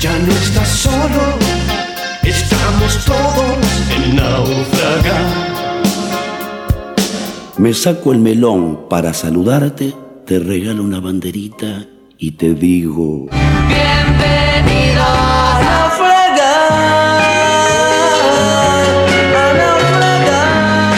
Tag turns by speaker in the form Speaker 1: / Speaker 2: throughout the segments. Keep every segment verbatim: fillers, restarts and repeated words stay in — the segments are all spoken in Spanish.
Speaker 1: Ya no estás solo, estamos todos en naufragar.
Speaker 2: Me saco el melón para saludarte, te regalo una banderita y te digo:
Speaker 3: bienvenidos a naufragar, a naufragar,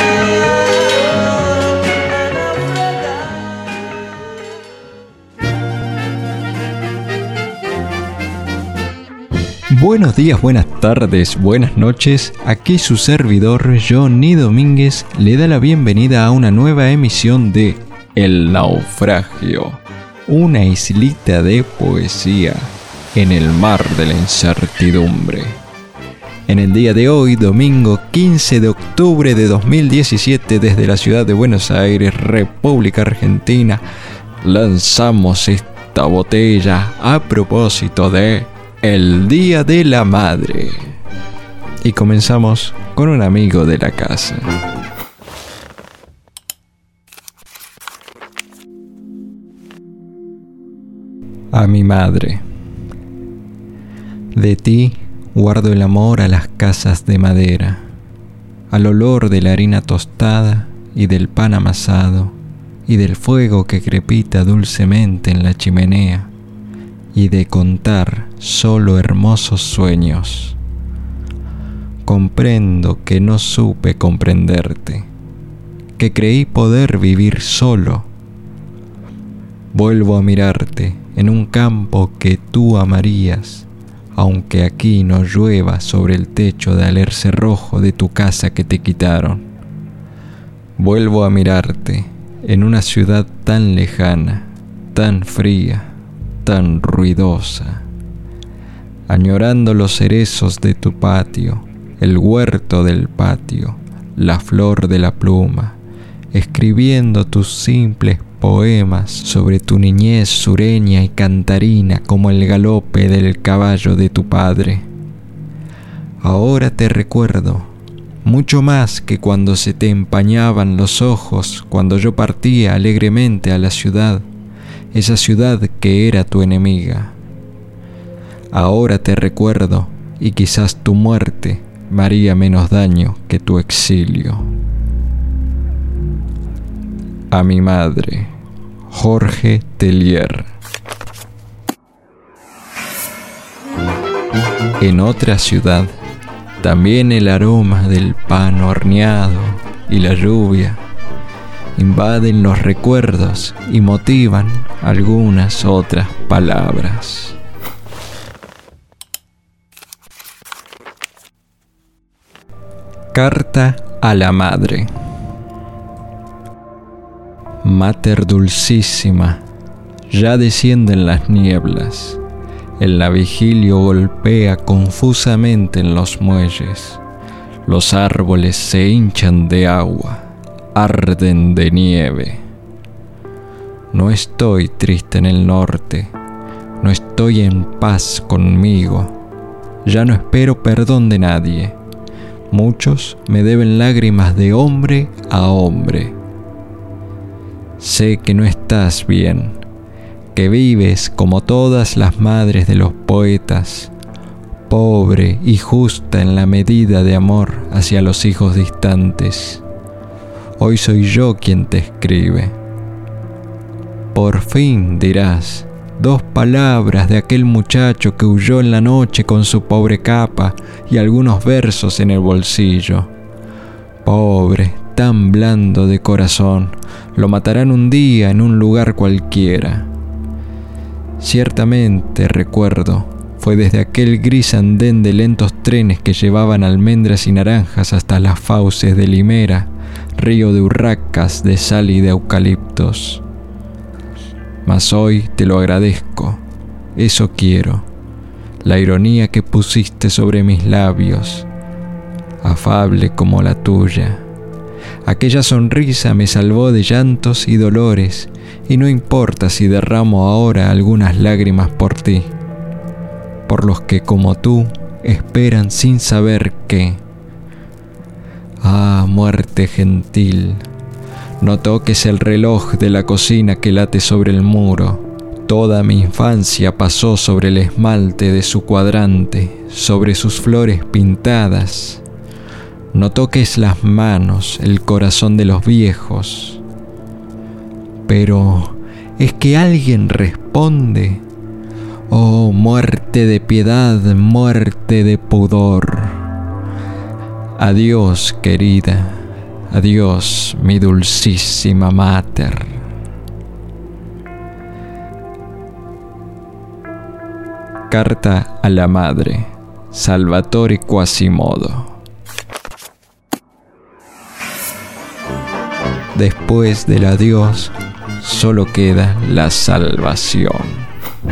Speaker 4: a naufragar. Buenos días, buenas tardes, buenas noches. Aquí su servidor, Johnny Domínguez, le da la bienvenida a una nueva emisión de El Naufragio, una islita de poesía en el mar de la incertidumbre. En el día de hoy, domingo quince de octubre de dos mil diecisiete, desde la ciudad de Buenos Aires, República Argentina, lanzamos esta botella a propósito de el Día de la Madre. Y comenzamos con un amigo de la casa. A mi madre. De ti guardo el amor a las casas de madera, al olor de la harina tostada y del pan amasado, y del fuego que crepita dulcemente en la chimenea, y de contar solo hermosos sueños. Comprendo que no supe comprenderte, que creí poder vivir solo. Vuelvo a mirarte en un campo que tú amarías, aunque aquí no llueva sobre el techo de alerce rojo de tu casa que te quitaron. Vuelvo a mirarte en una ciudad tan lejana, tan fría, tan ruidosa, añorando los cerezos de tu patio, el huerto del patio, la flor de la pluma, escribiendo tus simples poemas sobre tu niñez sureña y cantarina como el galope del caballo de tu padre. Ahora te recuerdo, mucho más que cuando se te empañaban los ojos, cuando yo partía alegremente a la ciudad, esa ciudad que era tu enemiga. Ahora te recuerdo, y quizás tu muerte me haría menos daño que tu exilio. A mi madre, Jorge Tellier. En otra ciudad, también el aroma del pan horneado y la lluvia invaden los recuerdos y motivan algunas otras palabras. Carta a la madre. Mater dulcísima, ya descienden las nieblas. El navigilio golpea confusamente en los muelles. Los árboles se hinchan de agua, arden de nieve. No estoy triste en el norte, no estoy en paz conmigo. Ya no espero perdón de nadie. Muchos me deben lágrimas de hombre a hombre. Sé que no estás bien, que vives como todas las madres de los poetas, pobre y justa en la medida de amor hacia los hijos distantes. Hoy soy yo quien te escribe. Por fin dirás dos palabras de aquel muchacho que huyó en la noche con su pobre capa y algunos versos en el bolsillo. Pobre, tan blando de corazón, lo matarán un día en un lugar cualquiera. Ciertamente recuerdo, fue desde aquel gris andén de lentos trenes que llevaban almendras y naranjas hasta las fauces de Limera, río de urracas, de sal y de eucaliptos. Mas hoy te lo agradezco, eso quiero, la ironía que pusiste sobre mis labios, afable como la tuya. Aquella sonrisa me salvó de llantos y dolores, y no importa si derramo ahora algunas lágrimas por ti, por los que como tú esperan sin saber qué. Ah, muerte gentil, no toques el reloj de la cocina que late sobre el muro, Toda mi infancia pasó sobre el esmalte de su cuadrante, sobre sus flores pintadas. No toques las manos, el corazón de los viejos. Pero es que alguien responde: oh, muerte de piedad, muerte de pudor. Adiós, querida, adiós, mi dulcísima mater. Carta a la madre, Salvatore Quasimodo. Después del adiós, solo queda la salvación.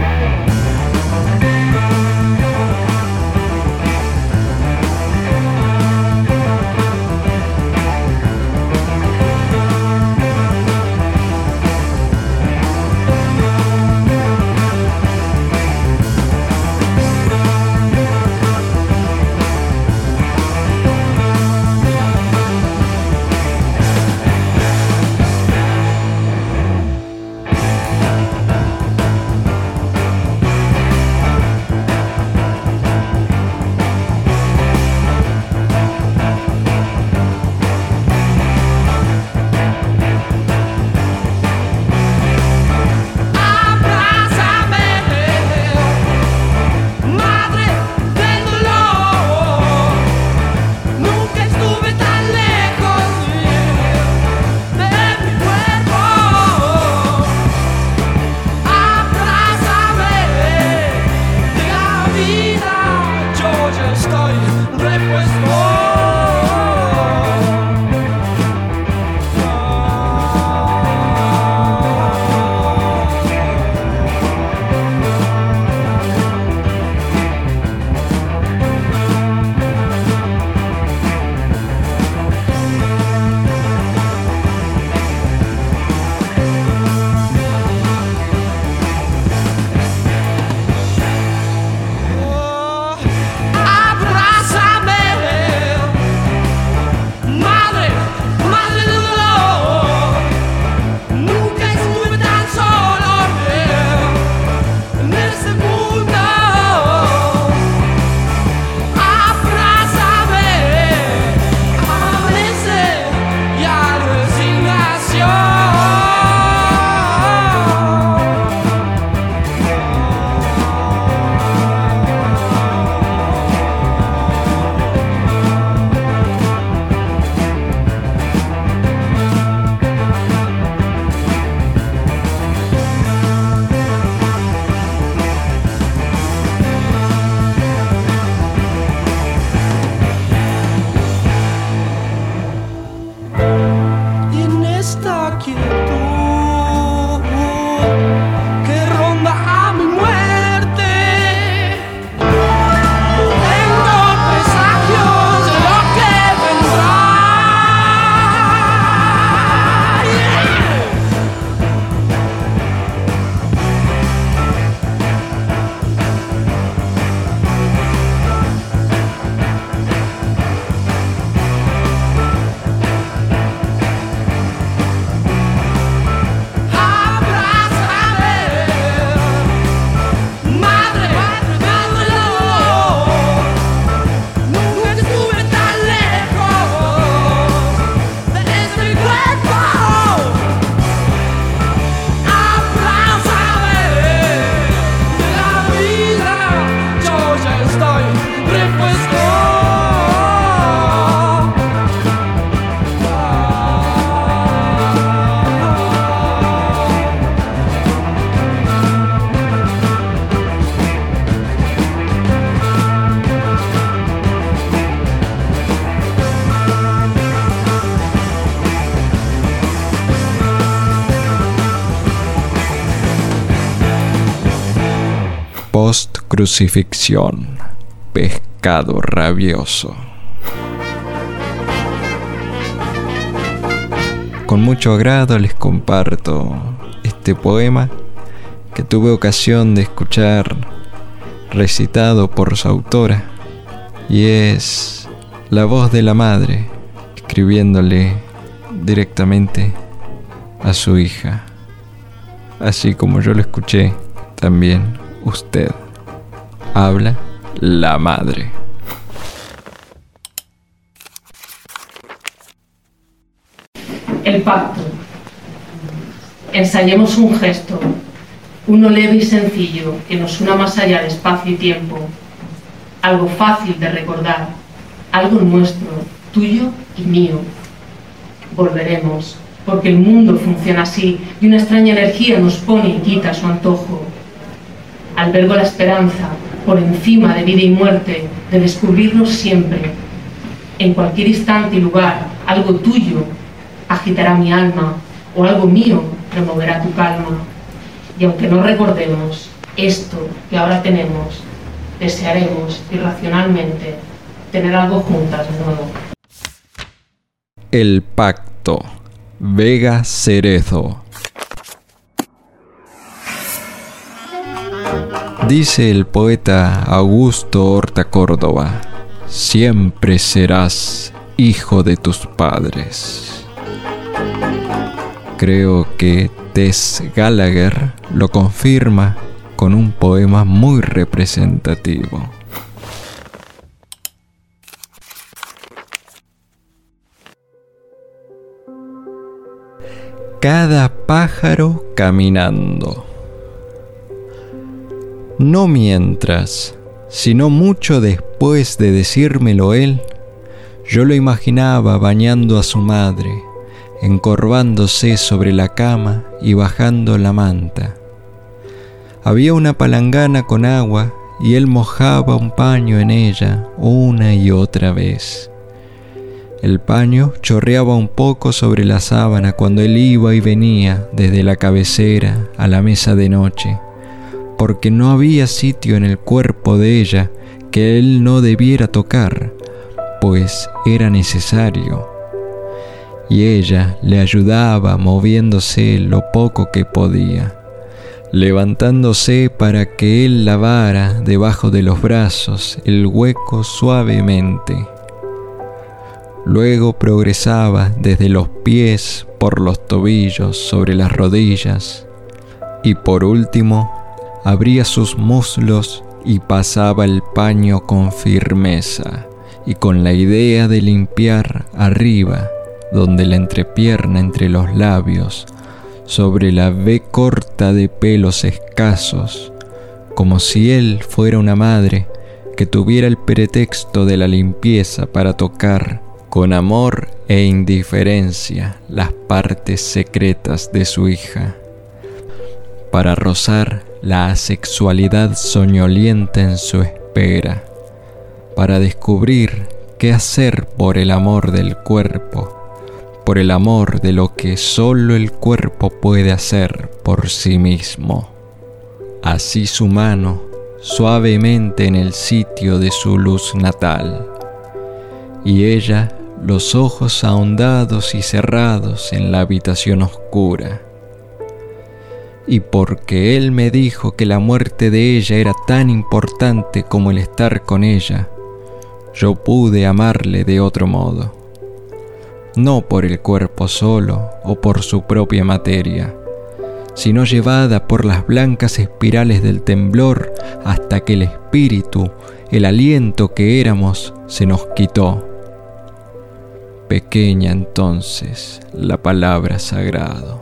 Speaker 4: Post-crucifixión, pescado rabioso. Con mucho agrado les comparto este poema que tuve ocasión de escuchar recitado por su autora, y es la voz de la madre escribiéndole directamente a su hija, así como yo lo escuché también usted. Habla la madre.
Speaker 5: El pacto. Ensayemos un gesto, uno leve y sencillo que nos una más allá de espacio y tiempo. Algo fácil de recordar, algo nuestro, tuyo y mío. Volveremos, porque el mundo funciona así y una extraña energía nos pone y quita su antojo. Albergo la esperanza, por encima de vida y muerte, de descubrirnos siempre. En cualquier instante y lugar, algo tuyo agitará mi alma, o algo mío removerá tu calma. Y aunque no recordemos esto que ahora tenemos, desearemos irracionalmente tener algo juntas de nuevo.
Speaker 4: El pacto. Vega Cerezo. Dice el poeta Augusto Horta Córdoba: siempre serás hijo de tus padres. Creo que Tess Gallagher lo confirma con un poema muy representativo. Cada pájaro caminando. No mientras, sino mucho después de decírmelo él, yo lo imaginaba bañando a su madre, encorvándose sobre la cama y bajando la manta. Había una palangana con agua y él mojaba un paño en ella una y otra vez. El paño chorreaba un poco sobre la sábana cuando él iba y venía desde la cabecera a la mesa de noche, porque no había sitio en el cuerpo de ella que él no debiera tocar, pues era necesario. Y ella le ayudaba moviéndose lo poco que podía, levantándose para que él lavara debajo de los brazos el hueco suavemente. Luego progresaba desde los pies por los tobillos sobre las rodillas y por último abría sus muslos y pasaba el paño con firmeza y con la idea de limpiar arriba, donde la entrepierna entre los labios, sobre la V corta de pelos escasos, como si él fuera una madre que tuviera el pretexto de la limpieza para tocar con amor e indiferencia las partes secretas de su hija, para rozar la asexualidad soñolienta en su espera, para descubrir qué hacer por el amor del cuerpo, por el amor de lo que solo el cuerpo puede hacer por sí mismo. Así su mano, suavemente en el sitio de su luz natal, y ella los ojos ahondados y cerrados en la habitación oscura. Y porque él me dijo que la muerte de ella era tan importante como el estar con ella, yo pude amarle de otro modo. No por el cuerpo solo o por su propia materia, sino llevada por las blancas espirales del temblor hasta que el espíritu, el aliento que éramos, se nos quitó. Pequeña entonces la palabra sagrado.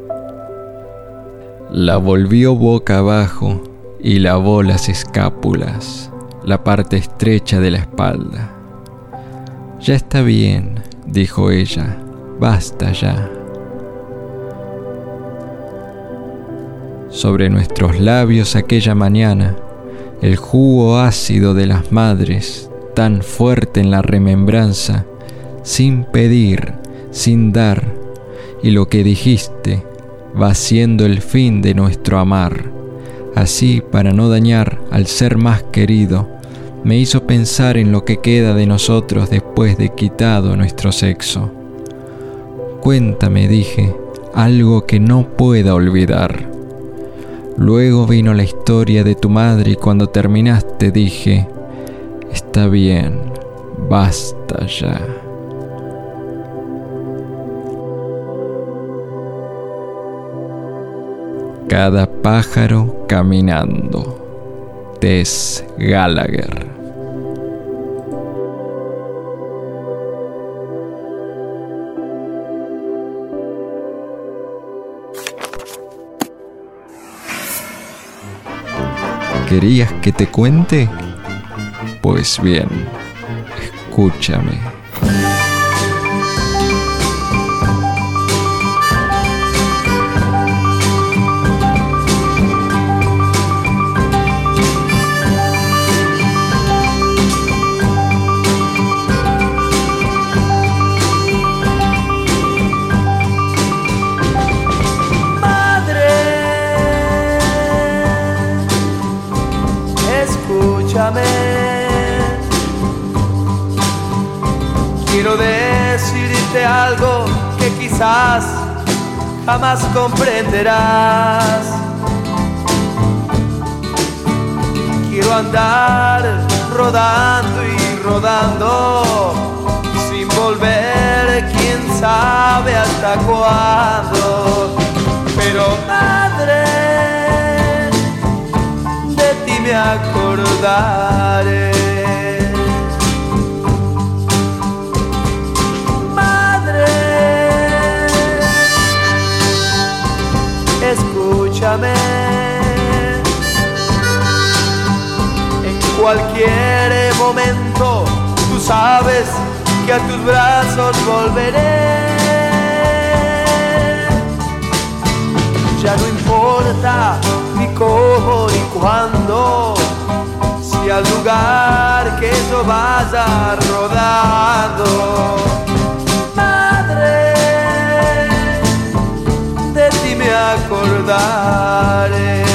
Speaker 4: La volvió boca abajo y lavó las escápulas, la parte estrecha de la espalda. Ya está bien, dijo ella, basta ya. Sobre nuestros labios aquella mañana, el jugo ácido de las madres, tan fuerte en la remembranza, sin pedir, sin dar, y lo que dijiste va siendo el fin de nuestro amar. Así, para no dañar al ser más querido, me hizo pensar en lo que queda de nosotros después de quitado nuestro sexo. Cuéntame, dije, algo que no pueda olvidar. Luego vino la historia de tu madre y cuando terminaste dije, está bien, basta ya. Cada pájaro caminando. Tess Gallagher. ¿Querías que te cuente? Pues bien, escúchame.
Speaker 3: Quiero decirte algo que quizás jamás comprenderás. Quiero andar rodando y rodando sin volver, quién sabe hasta cuándo. Pero madre, de ti me acordaré. Escúchame, en cualquier momento tú sabes que a tus brazos volveré. Ya no importa ni cómo ni cuándo, si al lugar que yo vaya rodando. Me acordaré.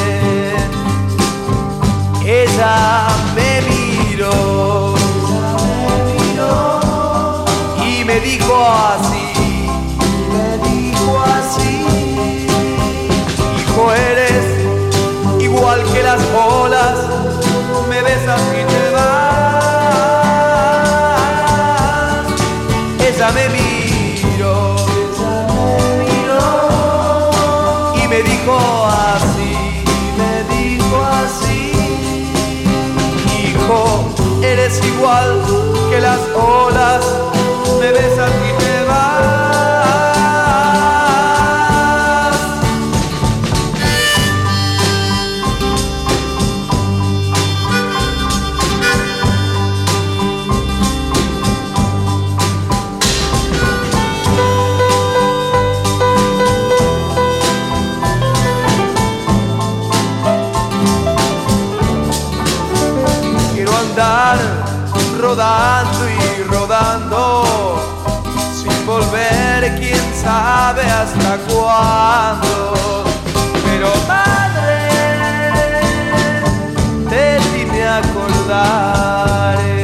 Speaker 3: Ella me miró, me miró y me dijo así, me dijo así: hijo, eres igual que las olas, me besas y te vas. Ella me miró, me dijo así, me dijo así: hijo, eres igual que las olas, me besas y te vas. Rodando y rodando sin volver, quién sabe hasta cuándo. Pero madre, de ti me acordaré.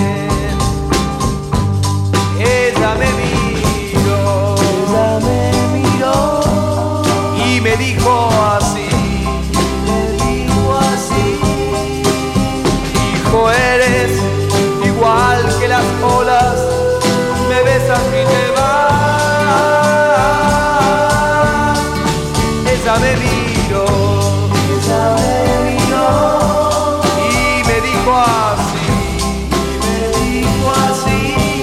Speaker 3: Ella me miró, ella me miró y me dijo así, me dijo así: hijo, eres igual que las olas, me besas y te vas. Ella me miró, ella me miró y me dijo así, me dijo así: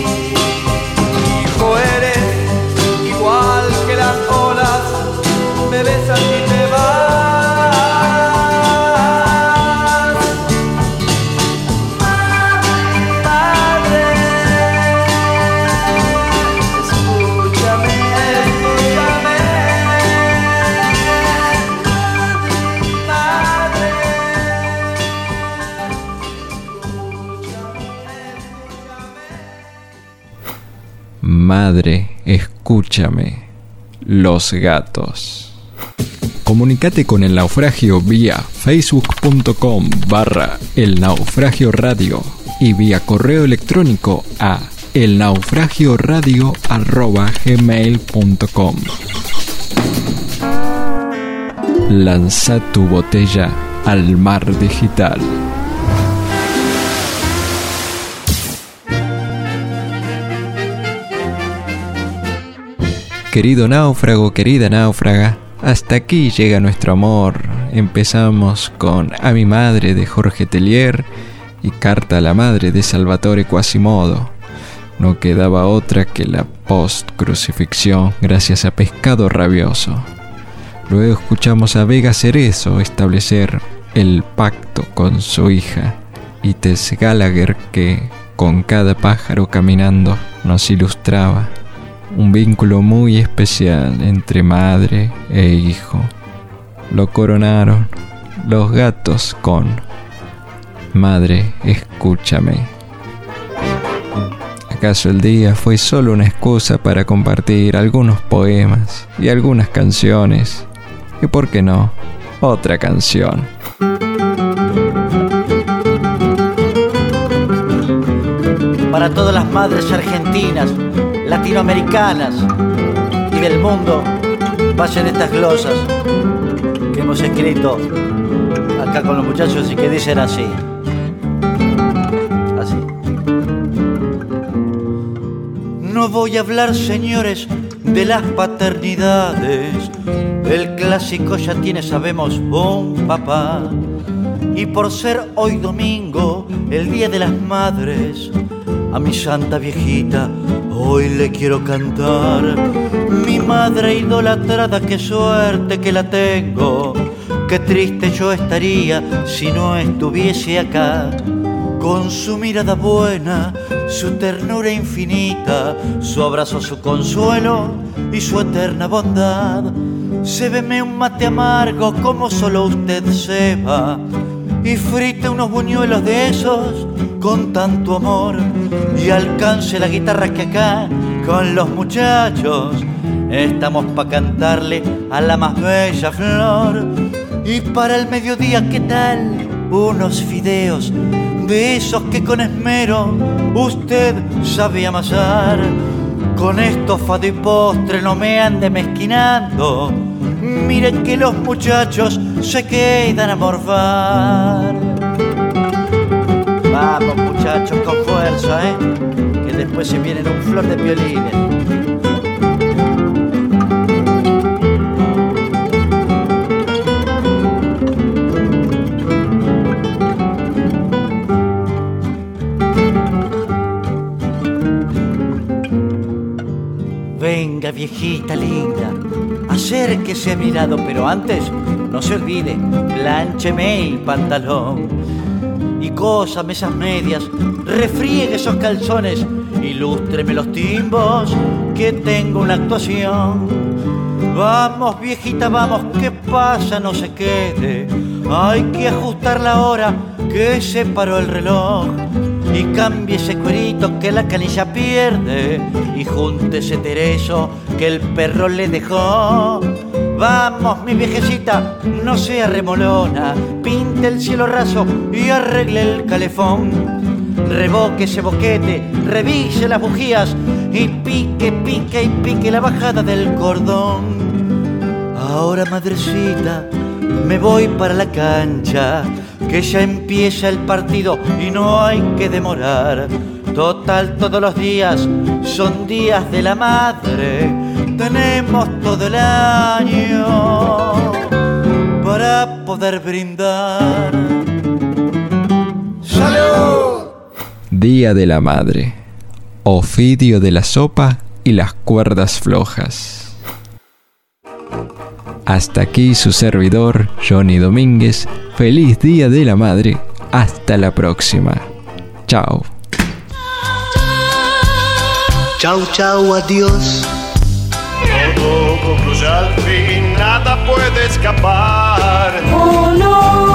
Speaker 3: hijo, eres igual que las olas, me besas y te vas.
Speaker 4: Madre, escúchame, Los Gatos. Comunicate con El Naufragio vía facebook.com barra El Naufragio Radio y vía correo electrónico a elnaufragioradio arroba gmail punto com. Lanza tu botella al mar digital. Querido náufrago, querida náufraga, Hasta aquí llega nuestro amor. Empezamos con A mi madre de Jorge Tellier y Carta a la madre de Salvatore Quasimodo. No quedaba otra que la post-crucifixión gracias a Pescado Rabioso. Luego escuchamos a Vega Cerezo establecer el pacto con su hija y Tess Gallagher que, con cada pájaro caminando, nos ilustraba un vínculo muy especial entre madre e hijo. Lo coronaron Los Gatos con Madre, escúchame. ¿Acaso el día fue solo una excusa para compartir algunos poemas y algunas canciones? Y por qué no, otra canción.
Speaker 6: Para todas las madres argentinas, latinoamericanas y del mundo, vayan estas glosas que hemos escrito acá con los muchachos y que dicen así. Así. No voy a hablar, señores, de las paternidades. El clásico ya tiene, sabemos, un papá. Y por ser hoy domingo, el Día de las Madres, a mi santa viejita hoy le quiero cantar. Mi madre idolatrada, qué suerte que la tengo. Qué triste yo estaría si no estuviese acá. Con su mirada buena, su ternura infinita, su abrazo, su consuelo y su eterna bondad. Sébeme un mate amargo como solo usted seba y frite unos buñuelos de esos con tanto amor y alcance la guitarra que acá con los muchachos estamos pa' cantarle a la más bella flor. Y para el mediodía, ¿qué tal? Unos fideos de esos que con esmero usted sabe amasar. Con estofado y postre no me ande mezquinando. Miren que los muchachos se quedan a morfar. Vamos muchachos, con fuerza, ¿eh? Que después se vienen un flor de violines. Venga, viejita linda, acérquese a mi lado, pero antes, no se olvide, pláncheme el pantalón y cósame esas medias, refriegue esos calzones, ilústreme los timbos, que tengo una actuación. Vamos, viejita, vamos, ¿qué pasa? No se quede, hay que ajustar la hora, que se paró el reloj. Y cambie ese cuerito que la canilla pierde y júntese Tereso que el perro le dejó. Vamos, mi viejecita, no sea remolona, pinte el cielo raso y arregle el calefón. Revoque ese boquete, revise las bujías y pique, pique y pique la bajada del cordón. Ahora, madrecita, me voy para la cancha, que ya empieza el partido y no hay que demorar. Total, todos los días son días de la madre. Tenemos todo el año para poder brindar. ¡Salud!
Speaker 4: Día de la Madre. Ofidio de la sopa y las cuerdas flojas. Hasta aquí su servidor, Johnny Domínguez. Feliz Día de la Madre. Hasta la próxima. Chao.
Speaker 1: Chau, chau, adiós.
Speaker 3: Todo concluye al fin, nada puede escapar.
Speaker 7: Oh no.